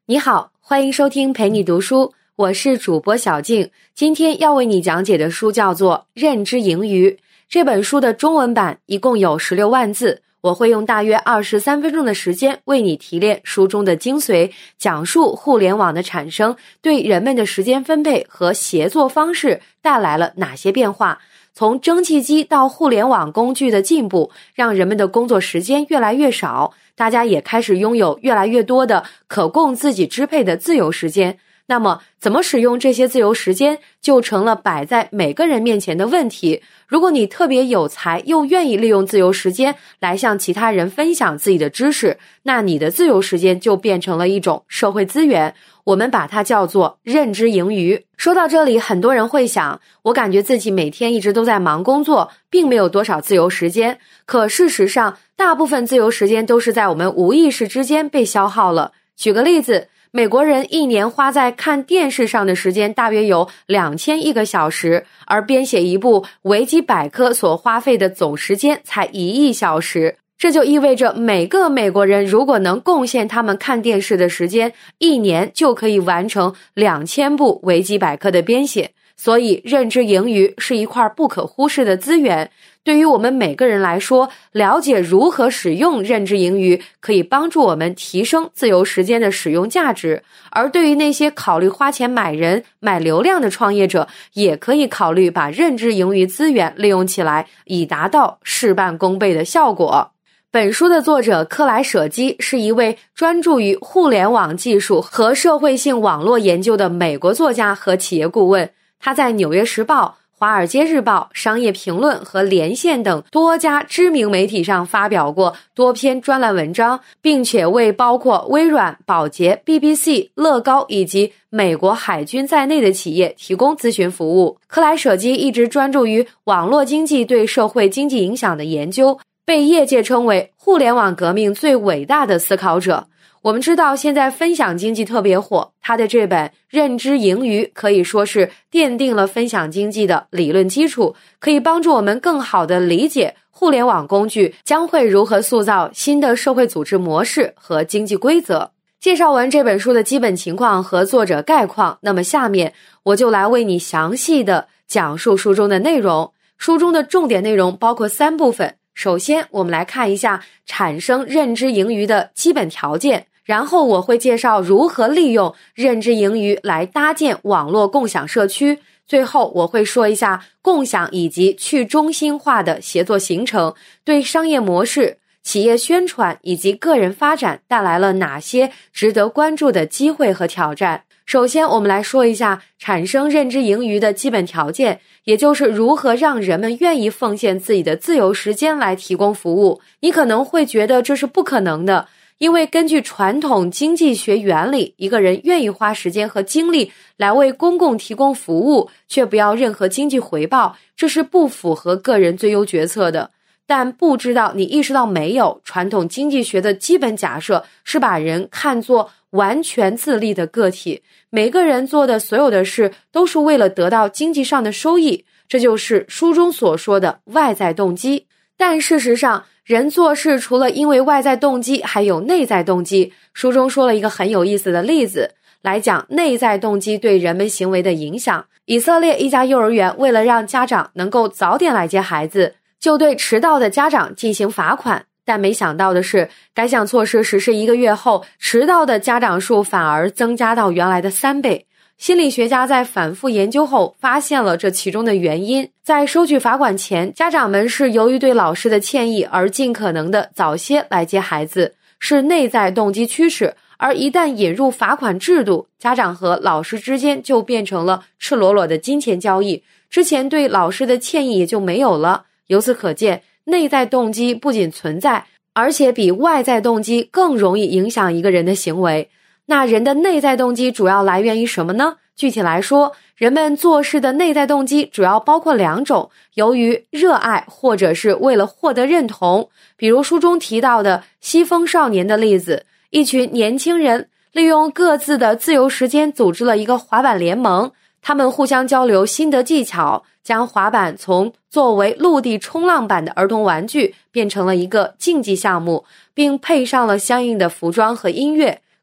你好，欢迎收听陪你读书，我是主播小静。今天要为你讲解的书叫做《认知盈余》。这本书的中文版一共有16万字，我会用大约23分钟的时间为你提炼书中的精髓，讲述互联网的产生对人们的时间分配和协作方式带来了哪些变化。从蒸汽机到互联网工具的进步，让人们的工作时间越来越少，大家也开始拥有越来越多的可供自己支配的自由时间。那么怎么使用这些自由时间就成了摆在每个人面前的问题。如果你特别有才又愿意利用自由时间来向其他人分享自己的知识，那你的自由时间就变成了一种社会资源，我们把它叫做认知盈余。说到这里，很多人会想，我感觉自己每天一直都在忙工作，并没有多少自由时间。可事实上，大部分自由时间都是在我们无意识之间被消耗了。举个例子，美国人一年花在看电视上的时间大约有2000亿个小时，而编写一部维基百科所花费的总时间才1亿小时。这就意味着每个美国人如果能贡献他们看电视的时间，一年就可以完成2000部维基百科的编写。所以认知盈余是一块不可忽视的资源。对于我们每个人来说，了解如何使用认知盈余可以帮助我们提升自由时间的使用价值，而对于那些考虑花钱买人买流量的创业者，也可以考虑把认知盈余资源利用起来，以达到事半功倍的效果。本书的作者克莱舍基是一位专注于互联网技术和社会性网络研究的美国作家和企业顾问。他在《纽约时报》、《华尔街日报》、《商业评论》和《连线》等多家知名媒体上发表过多篇专栏文章，并且为包括微软、宝洁、BBC、乐高以及美国海军在内的企业提供咨询服务。克莱舍基一直专注于网络经济对社会经济影响的研究，被业界称为互联网革命最伟大的思考者。我们知道现在分享经济特别火，他的这本《认知盈余》可以说是奠定了分享经济的理论基础，可以帮助我们更好地理解互联网工具将会如何塑造新的社会组织模式和经济规则。介绍完这本书的基本情况和作者概况，那么下面我就来为你详细地讲述书中的内容。书中的重点内容包括3部分。首先，我们来看一下产生认知盈余的基本条件，然后我会介绍如何利用认知盈余来搭建网络共享社区，最后我会说一下共享以及去中心化的协作形成对商业模式、企业宣传以及个人发展带来了哪些值得关注的机会和挑战。首先，我们来说一下产生认知盈余的基本条件，也就是如何让人们愿意奉献自己的自由时间来提供服务。你可能会觉得这是不可能的，因为根据传统经济学原理，一个人愿意花时间和精力来为公共提供服务，却不要任何经济回报，这是不符合个人最优决策的。但不知道你意识到没有，传统经济学的基本假设是把人看作完全自立的个体，每个人做的所有的事都是为了得到经济上的收益，这就是书中所说的外在动机。但事实上，人做事除了因为外在动机，还有内在动机。书中说了一个很有意思的例子，来讲内在动机对人们行为的影响。以色列一家幼儿园为了让家长能够早点来接孩子，就对迟到的家长进行罚款。但没想到的是，该项措施实施1个月后，迟到的家长数反而增加到原来的3倍。心理学家在反复研究后发现了这其中的原因。在收取罚款前，家长们是由于对老师的歉意而尽可能的早些来接孩子，是内在动机驱使。而一旦引入罚款制度，家长和老师之间就变成了赤裸裸的金钱交易，之前对老师的歉意也就没有了。由此可见，内在动机不仅存在，而且比外在动机更容易影响一个人的行为。那人的内在动机主要来源于什么呢？具体来说，人们做事的内在动机主要包括2种，由于热爱或者是为了获得认同。比如书中提到的西风少年的例子，一群年轻人利用各自的自由时间组织了一个滑板联盟，他们互相交流心得技巧，将滑板从作为陆地冲浪板的儿童玩具变成了一个竞技项目，并配上了相应的服装和音乐。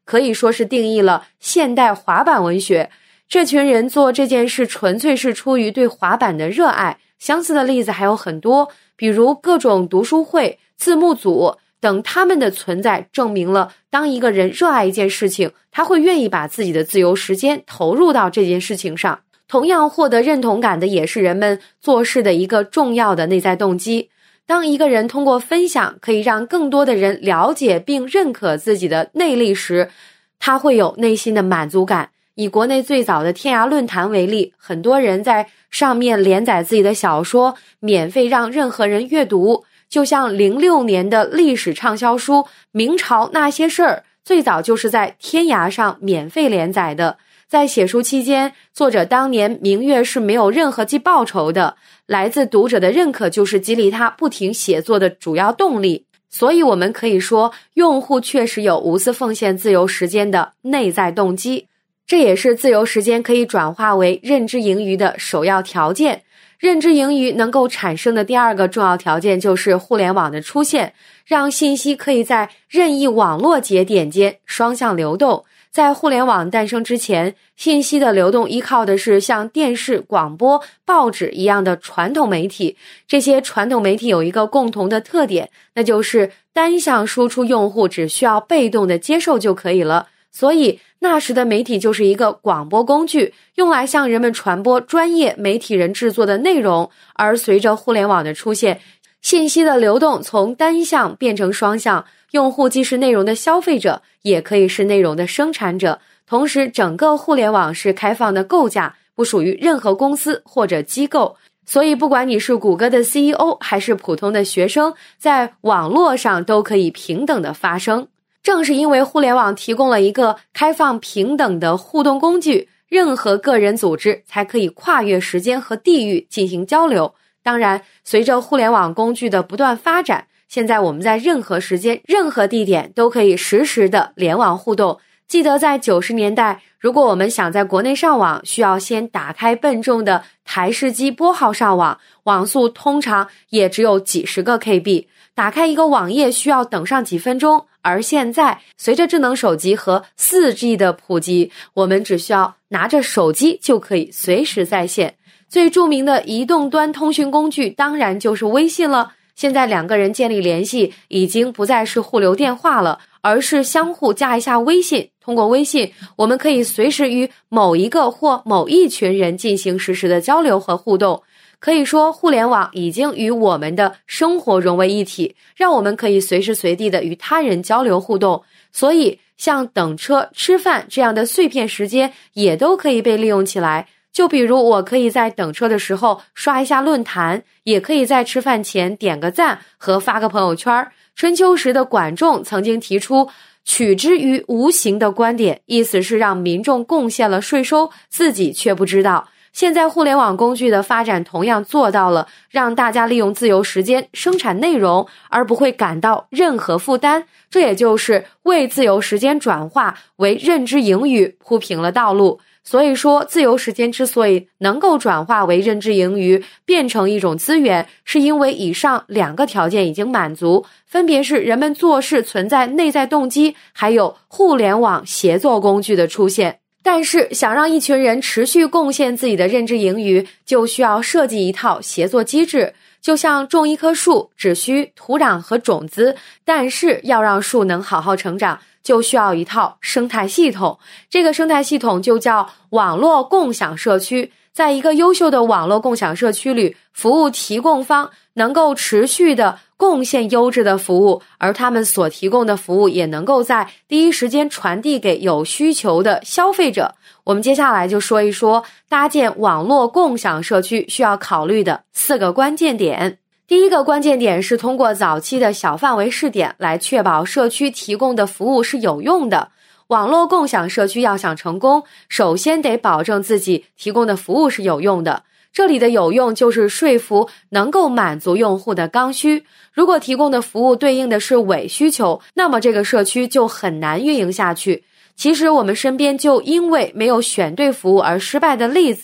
可以说是定义了现代滑板文学。这群人做这件事纯粹是出于对滑板的热爱。相似的例子还有很多，比如各种读书会、字幕组等，他们的存在证明了当一个人热爱一件事情，他会愿意把自己的自由时间投入到这件事情上。同样获得认同感的也是人们做事的一个重要的内在动机。当一个人通过分享可以让更多的人了解并认可自己的内力时，他会有内心的满足感。以国内最早的天涯论坛为例，很多人在上面连载自己的小说，免费让任何人阅读。就像06年的历史畅销书《明朝那些事儿》，最早就是在天涯上免费连载的。在写书期间，作者当年明月是没有任何记报酬的，来自读者的认可就是激励他不停写作的主要动力。所以我们可以说，用户确实有无私奉献自由时间的内在动机。这也是自由时间可以转化为认知盈余的首要条件。认知盈余能够产生的第二个重要条件就是互联网的出现，让信息可以在任意网络节点间双向流动。在互联网诞生之前，信息的流动依靠的是像电视、广播、报纸一样的传统媒体。这些传统媒体有一个共同的特点，那就是单向输出，用户只需要被动的接受就可以了。所以那时的媒体就是一个广播工具，用来向人们传播专业媒体人制作的内容。而随着互联网的出现，信息的流动从单向变成双向，用户既是内容的消费者，也可以是内容的生产者。同时，整个互联网是开放的构架，不属于任何公司或者机构。所以不管你是谷歌的 CEO 还是普通的学生，在网络上都可以平等的发声。正是因为互联网提供了一个开放平等的互动工具，任何个人组织才可以跨越时间和地域进行交流。当然，随着互联网工具的不断发展，现在我们在任何时间、任何地点都可以实时的联网互动。记得在90年代，如果我们想在国内上网，需要先打开笨重的台式机拨号上网，网速通常也只有几十个 KB， 打开一个网页需要等上几分钟。而现在，随着智能手机和 4G 的普及，我们只需要拿着手机就可以随时在线。最著名的移动端通讯工具当然就是微信了。现在两个人建立联系已经不再是互留电话了，而是相互加一下微信。通过微信，我们可以随时与某一个或某一群人进行实时的交流和互动。可以说，互联网已经与我们的生活融为一体，让我们可以随时随地的与他人交流互动。所以，像等车、吃饭这样的碎片时间也都可以被利用起来。就比如我可以在等车的时候刷一下论坛，也可以在吃饭前点个赞和发个朋友圈。春秋时的管仲曾经提出取之于无形的观点，意思是让民众贡献了税收，自己却不知道。现在互联网工具的发展同样做到了让大家利用自由时间生产内容，而不会感到任何负担。这也就是为自由时间转化为认知盈余铺平了道路。所以说，自由时间之所以能够转化为认知盈余，变成一种资源，是因为以上两个条件已经满足，分别是人们做事存在内在动机，还有互联网协作工具的出现。但是想让一群人持续贡献自己的认知盈余，就需要设计一套协作机制。就像种一棵树，只需土壤和种子，但是要让树能好好成长，就需要一套生态系统。这个生态系统就叫网络共享社区。在一个优秀的网络共享社区里，服务提供方能够持续的贡献优质的服务，而他们所提供的服务也能够在第一时间传递给有需求的消费者。我们接下来就说一说搭建网络共享社区需要考虑的4个关键点。第一个关键点是通过早期的小范围试点来确保社区提供的服务是有用的。网络共享社区要想成功，首先得保证自己提供的服务是有用的。这里的有用就是说服能够满足用户的刚需。如果提供的服务对应的是伪需求，那么这个社区就很难运营下去。其实我们身边就因为没有选对服务而失败的例子。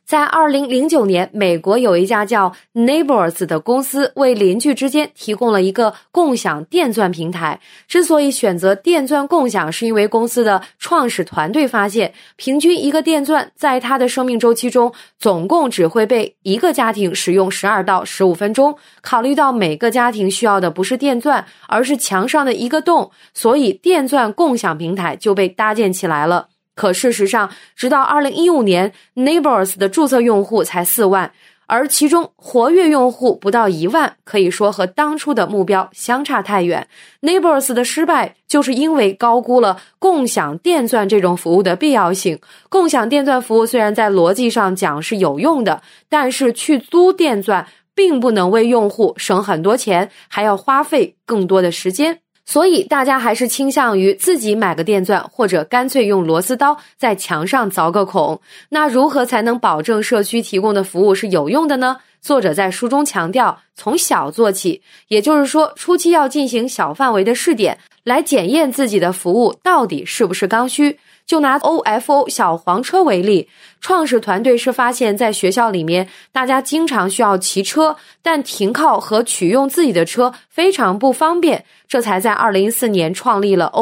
在2009年，美国有一家叫 Neighbors 的公司为邻居之间提供了一个共享电钻平台。之所以选择电钻共享，是因为公司的创始团队发现，平均一个电钻在它的生命周期中总共只会被一个家庭使用12到15分钟。考虑到每个家庭需要的不是电钻，而是墙上的一个洞，所以电钻共享平台就被搭建起来了。可事实上，直到2015年 Neighbors 的注册用户才4万，而其中活跃用户不到1万，可以说和当初的目标相差太远。Neighbors 的失败就是因为高估了共享电钻这种服务的必要性。共享电钻服务虽然在逻辑上讲是有用的，但是去租电钻并不能为用户省很多钱，还要花费更多的时间。所以大家还是倾向于自己买个电钻，或者干脆用螺丝刀在墙上凿个孔。那如何才能保证社区提供的服务是有用的呢？作者在书中强调，从小做起，也就是说，初期要进行小范围的试点，来检验自己的服务到底是不是刚需。就拿 OFO 小黄车为例，创始团队是发现在学校里面大家经常需要骑车，但停靠和取用自己的车非常不方便，这才在2014年创立了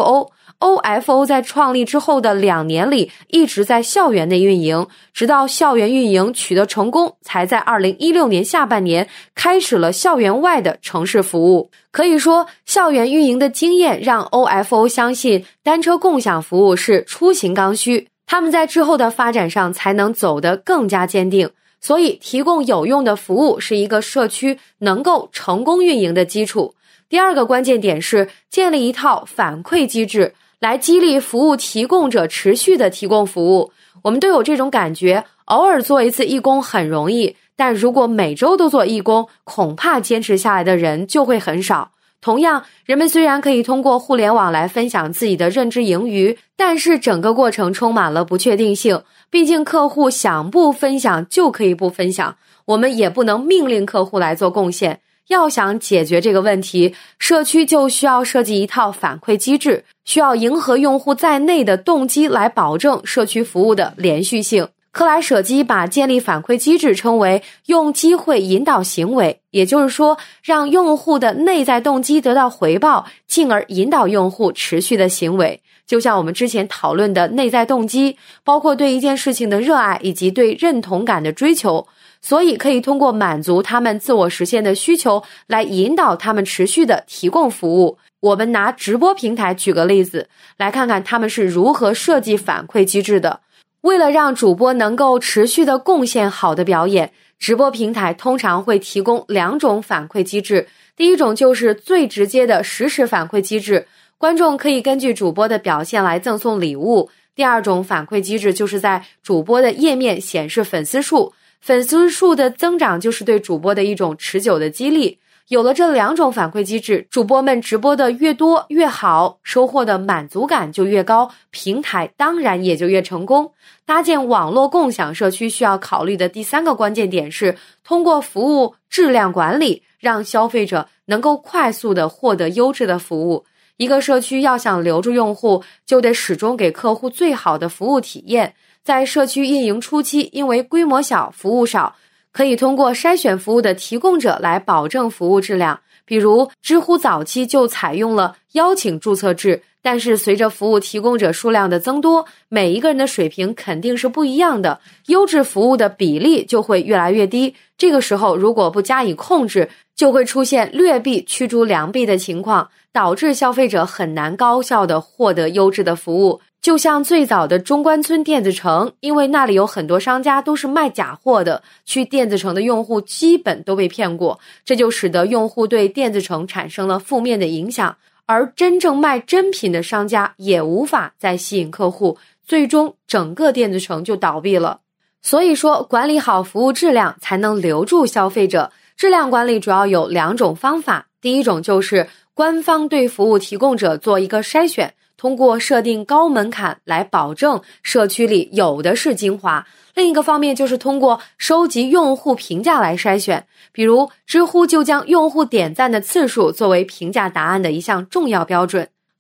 OFO。OFO 在创立之后的2年里一直在校园内运营，直到校园运营取得成功，才在2016年下半年开始了校园外的城市服务。可以说，校园运营的经验让 OFO 相信单车共享服务是出行刚需，他们在之后的发展上才能走得更加坚定。所以提供有用的服务是一个社区能够成功运营的基础。第二个关键点是建立一套反馈机制，来激励服务提供者持续的提供服务。我们都有这种感觉，偶尔做一次义工很容易，但如果每周都做义工，恐怕坚持下来的人就会很少。同样，人们虽然可以通过互联网来分享自己的认知盈余，但是整个过程充满了不确定性。毕竟客户想不分享就可以不分享，我们也不能命令客户来做贡献。要想解决这个问题，社区就需要设计一套反馈机制，需要迎合用户在内的动机来保证社区服务的连续性。克莱舍基把建立反馈机制称为用机会引导行为，也就是说，让用户的内在动机得到回报，进而引导用户持续的行为。就像我们之前讨论的内在动机，包括对一件事情的热爱以及对认同感的追求，所以可以通过满足他们自我实现的需求来引导他们持续的提供服务。我们拿直播平台举个例子，来看看他们是如何设计反馈机制的。为了让主播能够持续的贡献好的表演，直播平台通常会提供2种反馈机制。第一种就是最直接的实时反馈机制，观众可以根据主播的表现来赠送礼物。第二种反馈机制就是在主播的页面显示粉丝数，粉丝数的增长就是对主播的一种持久的激励。有了这2种反馈机制，主播们直播的越多越好，收获的满足感就越高，平台当然也就越成功。搭建网络共享社区需要考虑的第3个关键点是通过服务质量管理，让消费者能够快速地获得优质的服务。一个社区要想留住用户，就得始终给客户最好的服务体验。在社区运营初期，因为规模小，服务少，可以通过筛选服务的提供者来保证服务质量。比如知乎早期就采用了邀请注册制，但是随着服务提供者数量的增多，每一个人的水平肯定是不一样的，优质服务的比例就会越来越低。这个时候如果不加以控制，就会出现劣币驱逐良币的情况，导致消费者很难高效地获得优质的服务。就像最早的中关村电子城，因为那里有很多商家都是卖假货的，去电子城的用户基本都被骗过，这就使得用户对电子城产生了负面的影响，而真正卖真品的商家也无法再吸引客户，最终整个电子城就倒闭了。所以说，管理好服务质量才能留住消费者。质量管理主要有2种方法，第一种就是官方对服务提供者做一个筛选，通过设定高门槛来保证社区里有的是精华。另一个方面就是通过收集用户评价来筛选，比如知乎就将用户点赞的次数作为评价答案的一项重要标准。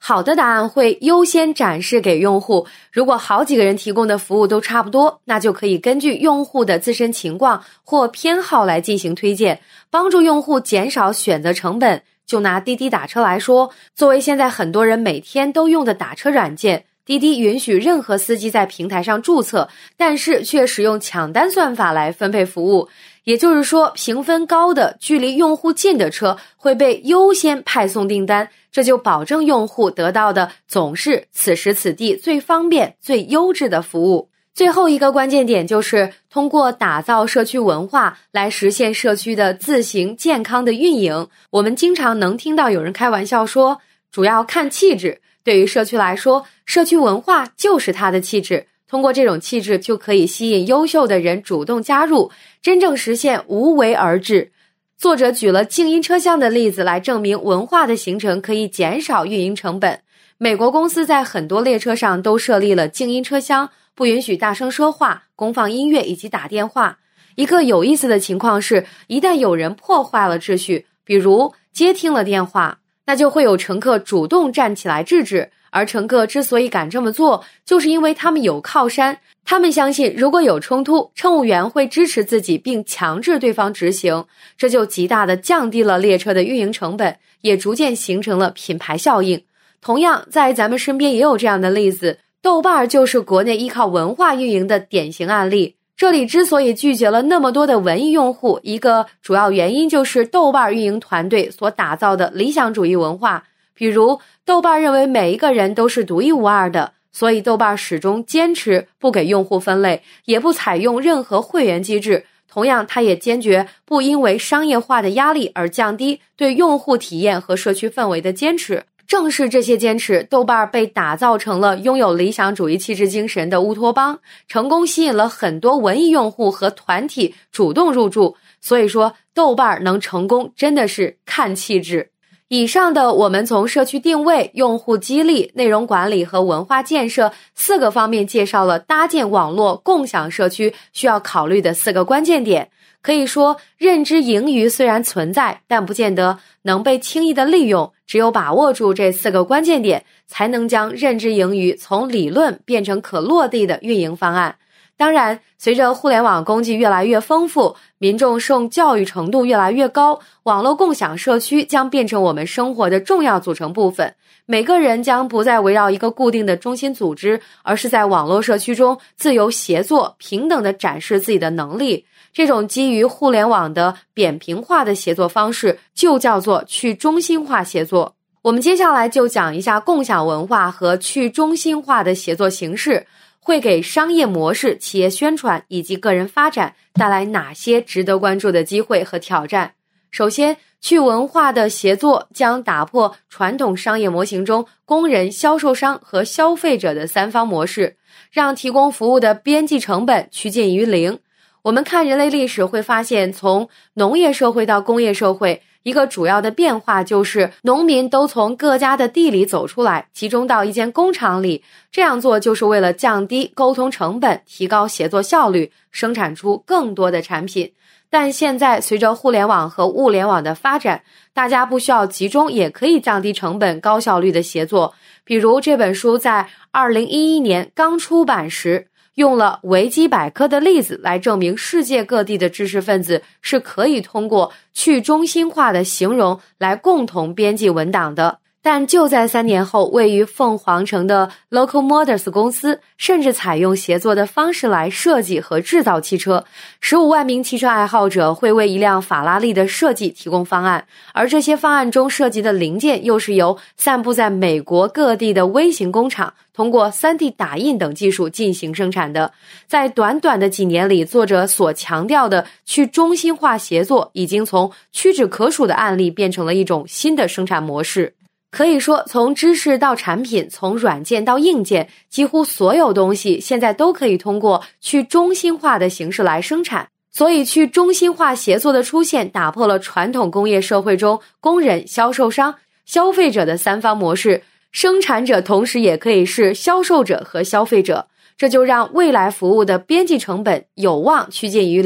好的答案会优先展示给用户，如果好几个人提供的服务都差不多，那就可以根据用户的自身情况或偏好来进行推荐，帮助用户减少选择成本。就拿滴滴打车来说，作为现在很多人每天都用的打车软件，滴滴允许任何司机在平台上注册，但是却使用抢单算法来分配服务。也就是说，评分高的、距离用户近的车会被优先派送订单，这就保证用户得到的总是此时此地最方便、最优质的服务。最后一个关键点就是通过打造社区文化来实现社区的自行健康的运营。我们经常能听到有人开玩笑说，主要看气质。对于社区来说，社区文化就是它的气质。通过这种气质就可以吸引优秀的人主动加入，真正实现无为而治。作者举了静音车厢的例子来证明文化的形成可以减少运营成本。美国公司在很多列车上都设立了静音车厢，不允许大声说话、公放音乐以及打电话。一个有意思的情况是，一旦有人破坏了秩序，比如接听了电话，那就会有乘客主动站起来制止。而乘客之所以敢这么做，就是因为他们有靠山，他们相信如果有冲突，乘务员会支持自己并强制对方执行，这就极大地降低了列车的运营成本，也逐渐形成了品牌效应。同样，在咱们身边也有这样的例子，豆瓣就是国内依靠文化运营的典型案例。这里之所以拒绝了那么多的文艺用户，一个主要原因就是豆瓣运营团队所打造的理想主义文化。比如，豆瓣认为每一个人都是独一无二的，所以豆瓣始终坚持不给用户分类，也不采用任何会员机制。同样，它也坚决不因为商业化的压力而降低对用户体验和社区氛围的坚持。正是这些坚持，豆瓣被打造成了拥有理想主义气质精神的乌托邦，成功吸引了很多文艺用户和团体主动入驻。所以说，豆瓣能成功真的是看气质。以上的我们从社区定位、用户激励、内容管理和文化建设4个方面介绍了搭建网络共享社区需要考虑的4个关键点。可以说，认知盈余虽然存在，但不见得能被轻易的利用，只有把握住这4个关键点，才能将认知盈余从理论变成可落地的运营方案。当然，随着互联网工具越来越丰富，民众受教育程度越来越高，网络共享社区将变成我们生活的重要组成部分。每个人将不再围绕一个固定的中心组织，而是在网络社区中自由协作，平等地展示自己的能力。这种基于互联网的扁平化的协作方式，就叫做去中心化协作。我们接下来就讲一下共享文化和去中心化的协作形式会给商业模式、企业宣传以及个人发展带来哪些值得关注的机会和挑战。首先，去文化的协作将打破传统商业模型中工人、销售商和消费者的3方模式，让提供服务的边际成本趋近于0。我们看人类历史会发现，从农业社会到工业社会，一个主要的变化就是农民都从各家的地里走出来，集中到一间工厂里。这样做就是为了降低沟通成本，提高协作效率，生产出更多的产品。但现在随着互联网和物联网的发展，大家不需要集中也可以降低成本、高效率的协作。比如这本书在2011年刚出版时，用了维基百科的例子来证明世界各地的知识分子是可以通过去中心化的形容来共同编辑文档的。但就在3年后，位于凤凰城的 Local Motors 公司甚至采用协作的方式来设计和制造汽车。15万名汽车爱好者会为一辆法拉利的设计提供方案，而这些方案中涉及的零件又是由散布在美国各地的微型工厂通过 3D 打印等技术进行生产的。在短短的几年里，作者所强调的去中心化协作已经从屈指可数的案例变成了一种新的生产模式。可以说，从知识到产品，从软件到硬件，几乎所有东西现在都可以通过去中心化的形式来生产。所以去中心化协作的出现，打破了传统工业社会中工人、销售商、消费者的3方模式，生产者同时也可以是销售者和消费者，这就让未来服务的边际成本有望趋近于0。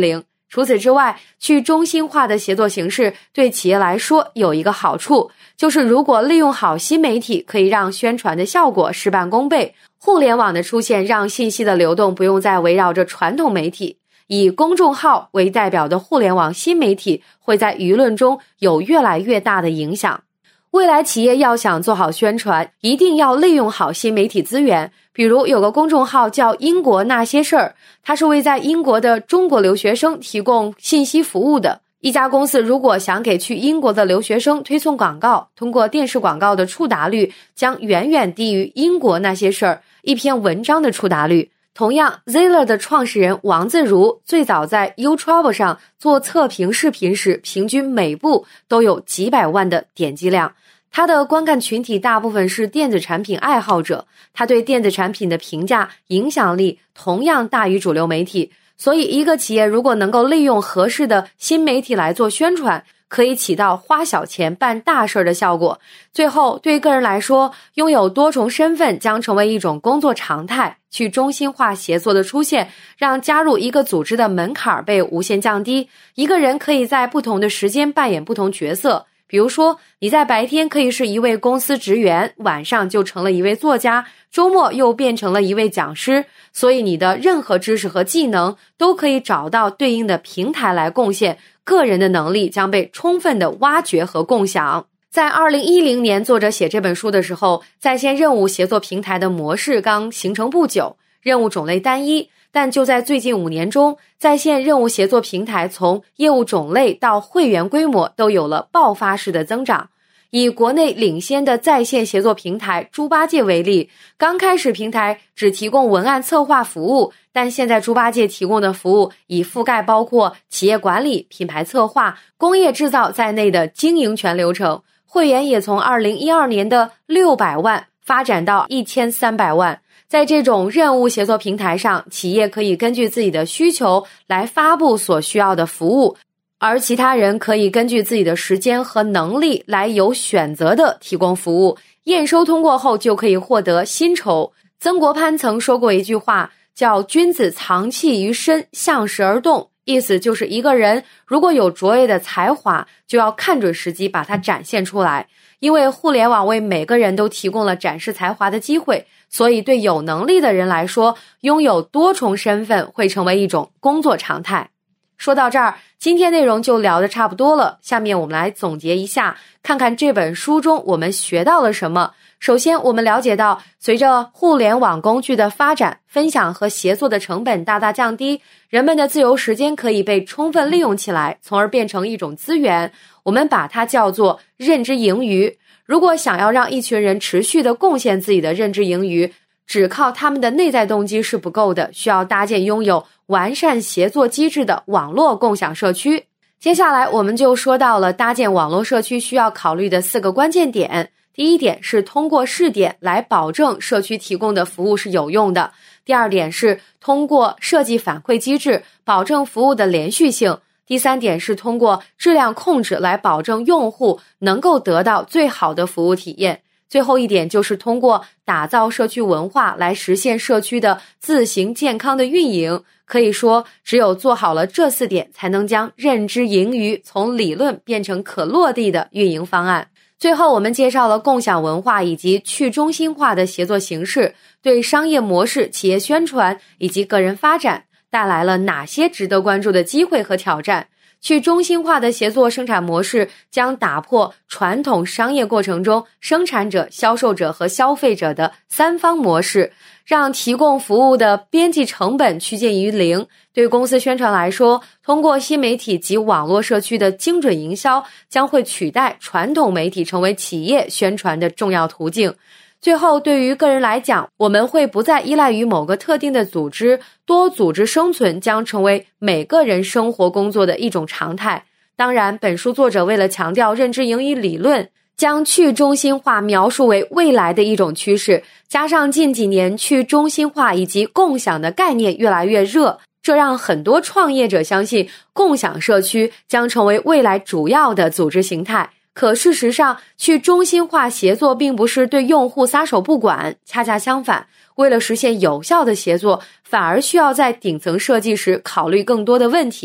除此之外，去中心化的协作形式对企业来说有一个好处，就是如果利用好新媒体，可以让宣传的效果事半功倍。互联网的出现让信息的流动不用再围绕着传统媒体，以公众号为代表的互联网新媒体会在舆论中有越来越大的影响。未来企业要想做好宣传，一定要利用好新媒体资源。比如有个公众号叫英国那些事儿，它是为在英国的中国留学生提供信息服务的。一家公司如果想给去英国的留学生推送广告，通过电视广告的触达率将远远低于英国那些事儿一篇文章的触达率。同样 Zillow 的创始人王自如最早在 YouTuber 上做测评视频时，平均每部都有几百万的点击量。他的观看群体大部分是电子产品爱好者，他对电子产品的评价影响力同样大于主流媒体。所以一个企业如果能够利用合适的新媒体来做宣传，可以起到花小钱办大事的效果。最后，对个人来说，拥有多重身份将成为一种工作常态。去中心化协作的出现，让加入一个组织的门槛被无限降低。一个人可以在不同的时间扮演不同角色，比如说，你在白天可以是一位公司职员，晚上就成了一位作家，周末又变成了一位讲师。所以你的任何知识和技能都可以找到对应的平台来贡献，个人的能力将被充分的挖掘和共享。在2010年，作者写这本书的时候，在线任务协作平台的模式刚形成不久，任务种类单一。但就在最近5年中，在线任务协作平台从业务种类到会员规模都有了爆发式的增长。以国内领先的在线协作平台猪八戒为例，刚开始平台只提供文案策划服务，但现在猪八戒提供的服务已覆盖包括企业管理、品牌策划、工业制造在内的经营全流程。会员也从2012年的600万发展到1300万。在这种任务协作平台上，企业可以根据自己的需求来发布所需要的服务，而其他人可以根据自己的时间和能力来有选择的提供服务，验收通过后就可以获得薪酬。曾国藩曾说过一句话，叫君子藏器于身，向时而动，意思就是一个人如果有卓越的才华，就要看准时机把它展现出来。因为互联网为每个人都提供了展示才华的机会，所以对有能力的人来说，拥有多重身份会成为一种工作常态。说到这儿，今天内容就聊得差不多了。下面我们来总结一下，看看这本书中我们学到了什么。首先，我们了解到，随着互联网工具的发展，分享和协作的成本大大降低，人们的自由时间可以被充分利用起来，从而变成一种资源。我们把它叫做认知盈余。如果想要让一群人持续的贡献自己的认知盈余，只靠他们的内在动机是不够的，需要搭建拥有完善协作机制的网络共享社区。接下来我们就说到了搭建网络社区需要考虑的4个关键点。第一点是通过试点来保证社区提供的服务是有用的。第二点是通过设计反馈机制保证服务的连续性。第三点是通过质量控制来保证用户能够得到最好的服务体验。最后一点就是通过打造社区文化来实现社区的自行健康的运营。可以说，只有做好了这4点，才能将认知盈余从理论变成可落地的运营方案。最后，我们介绍了共享文化以及去中心化的协作形式，对商业模式、企业宣传以及个人发展带来了哪些值得关注的机会和挑战。去中心化的协作生产模式将打破传统商业过程中生产者、销售者和消费者的3方模式，让提供服务的边际成本趋近于0。对公司宣传来说，通过新媒体及网络社区的精准营销将会取代传统媒体成为企业宣传的重要途径。最后，对于个人来讲，我们会不再依赖于某个特定的组织，多组织生存将成为每个人生活工作的一种常态。当然，本书作者为了强调认知盈余理论，将去中心化描述为未来的一种趋势，加上近几年去中心化以及共享的概念越来越热，这让很多创业者相信共享社区将成为未来主要的组织形态。可事实上，去中心化协作并不是对用户撒手不管，恰恰相反，为了实现有效的协作，反而需要在顶层设计时考虑更多的问题。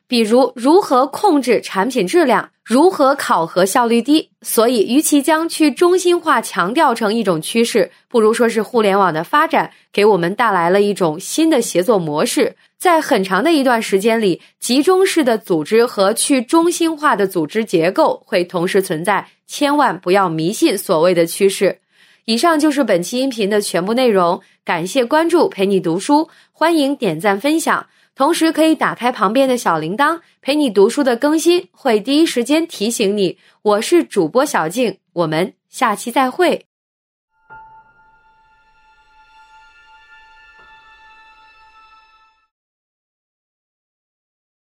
比如如何控制产品质量，如何考核效率低。所以与其将去中心化强调成一种趋势，不如说是互联网的发展给我们带来了一种新的协作模式。在很长的一段时间里，集中式的组织和去中心化的组织结构会同时存在，千万不要迷信所谓的趋势。以上就是本期音频的全部内容，感谢关注陪你读书，欢迎点赞分享，同时可以打开旁边的小铃铛，陪你读书的更新会第一时间提醒你。我是主播小静，我们下期再会。